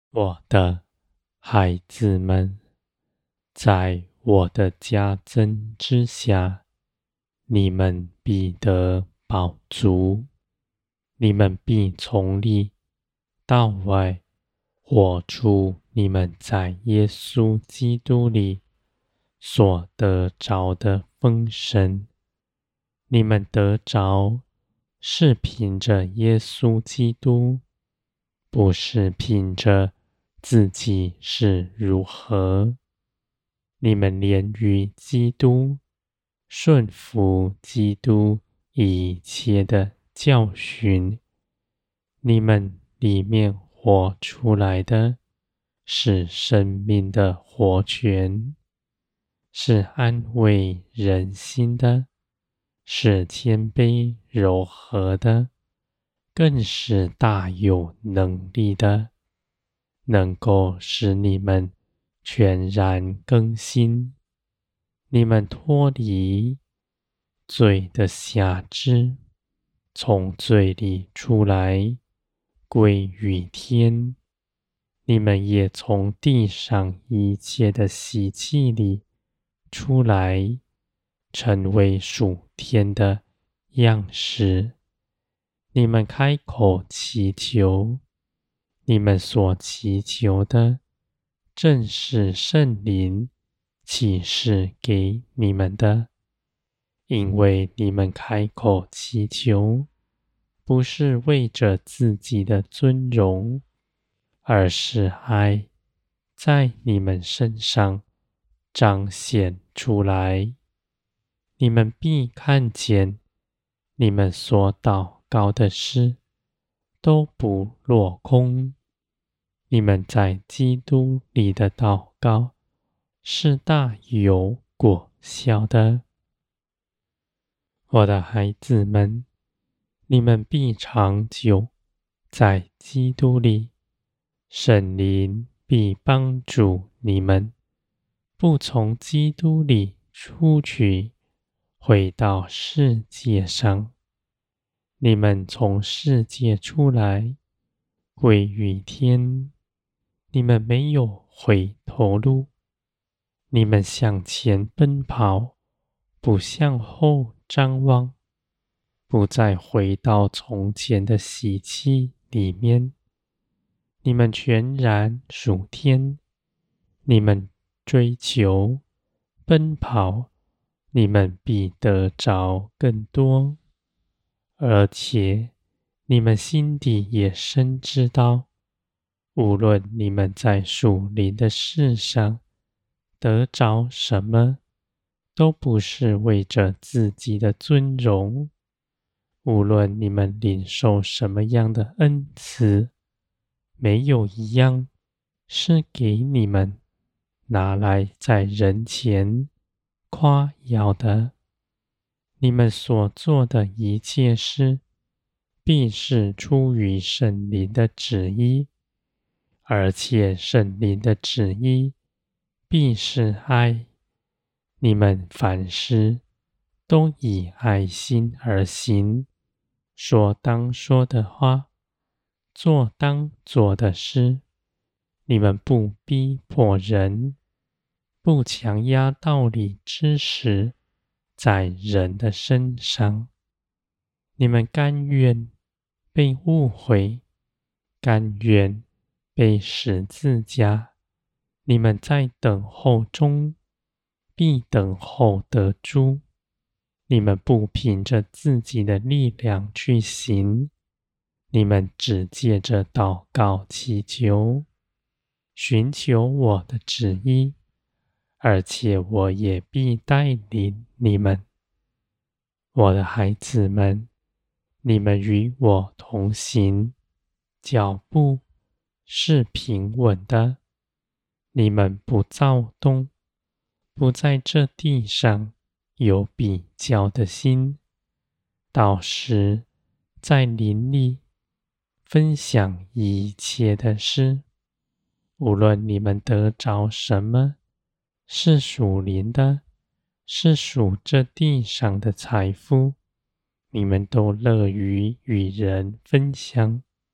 我的孩子们，在我的加增之下，你们必得饱足，你们必从里到外活出你们在耶稣基督里所得着的丰盛。你们得着是凭着耶稣基督，不是凭着自己是如何。你们连于基督，顺服基督一切的教训，你们里面活出来的是生命的活泉，是安慰人心的，是谦卑柔和的，更是大有能力的，能够使你们全然更新，你们脱离罪的辖制，从罪里出来，归于天。你们也从地上一切的习气里出来，成为属天的样式。你们开口祈求，你们所祈求的，正是圣灵启示给你们的。因为你们开口祈求，不是为着自己的尊荣，而是爱在你们身上彰显出来。你们必看见，你们所祷告的事都不落空。你们在基督里的祷告是大有果效的。我的孩子们，你们必长久在基督里，圣灵必帮助你们，不从基督里出去，回到世界上。你们从世界出来，归于天。你们没有回头路，你们向前奔跑，不向后张望，不再回到从前的习气里面。你们全然属天，你们追求奔跑，你们必得着更多。而且你们心底也深知道，无论你们在属灵的事上得着什么，都不是为着自己的尊荣。无论你们领受什么样的恩赐，没有一样是给你们拿来在人前夸耀的。你们所做的一切事，必是出于圣灵的旨意，而且圣灵的旨意必是爱。你们凡事都以爱心而行，说当说的话，做当做的事。你们不逼迫人，不强压道理知识在人的身上。你们甘愿被误会，甘愿被十字架。你们在等候中必等候得住。你们不凭着自己的力量去行，你们只借着祷告祈求，寻求我的旨意，而且我也必带领你们。我的孩子们，你们与我同行，脚步是平稳的。你们不躁动，不在这地上有比较的心，到时在灵里分享一切的事。无论你们得着什么，是属灵的，是属这地上的财富，你们都乐于与人分享，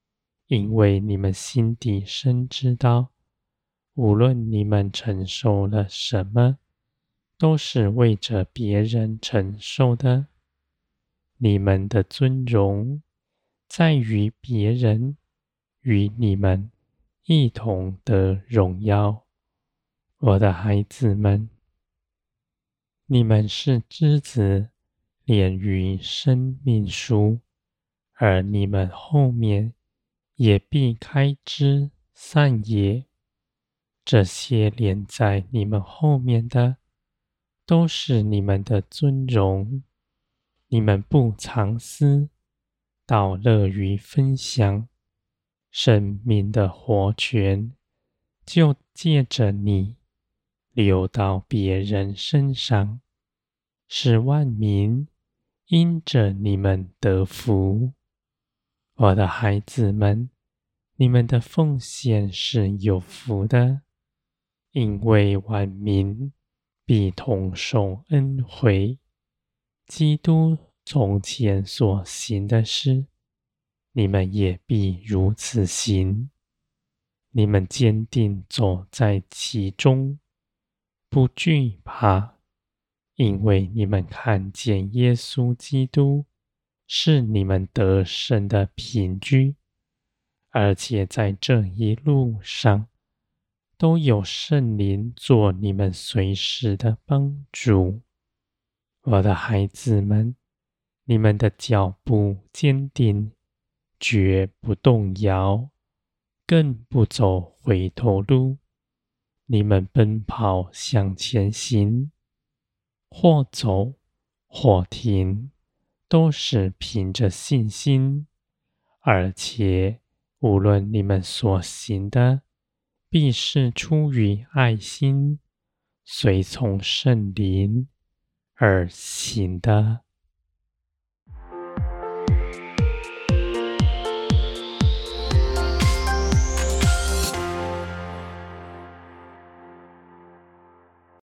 因为你们心底深知道，无论你们承受了什么，都是为着别人承受的。你们的尊荣在于别人与你们一同的荣耀。我的孩子们，你们是枝子连于生命树，而你们后面也必开枝散叶。这些连在你们后面的，都是你们的尊荣。你们不藏私，倒乐于分享。生命的活泉就借着你流到别人身上，使万民因着你们得福。我的孩子们，你们的奉献是有福的，因为万民必同受恩惠。基督从前所行的事，你们也必如此行。你们坚定走在其中，不惧怕，因为你们看见耶稣基督是你们得胜的凭据，而且在这一路上都有圣灵做你们随时的帮助。我的孩子们，你们的脚步坚定，绝不动摇，更不走回头路。你们奔跑向前行，或走或停，都是凭着信心，而且无论你们所行的，必是出于爱心，随从圣灵而行的。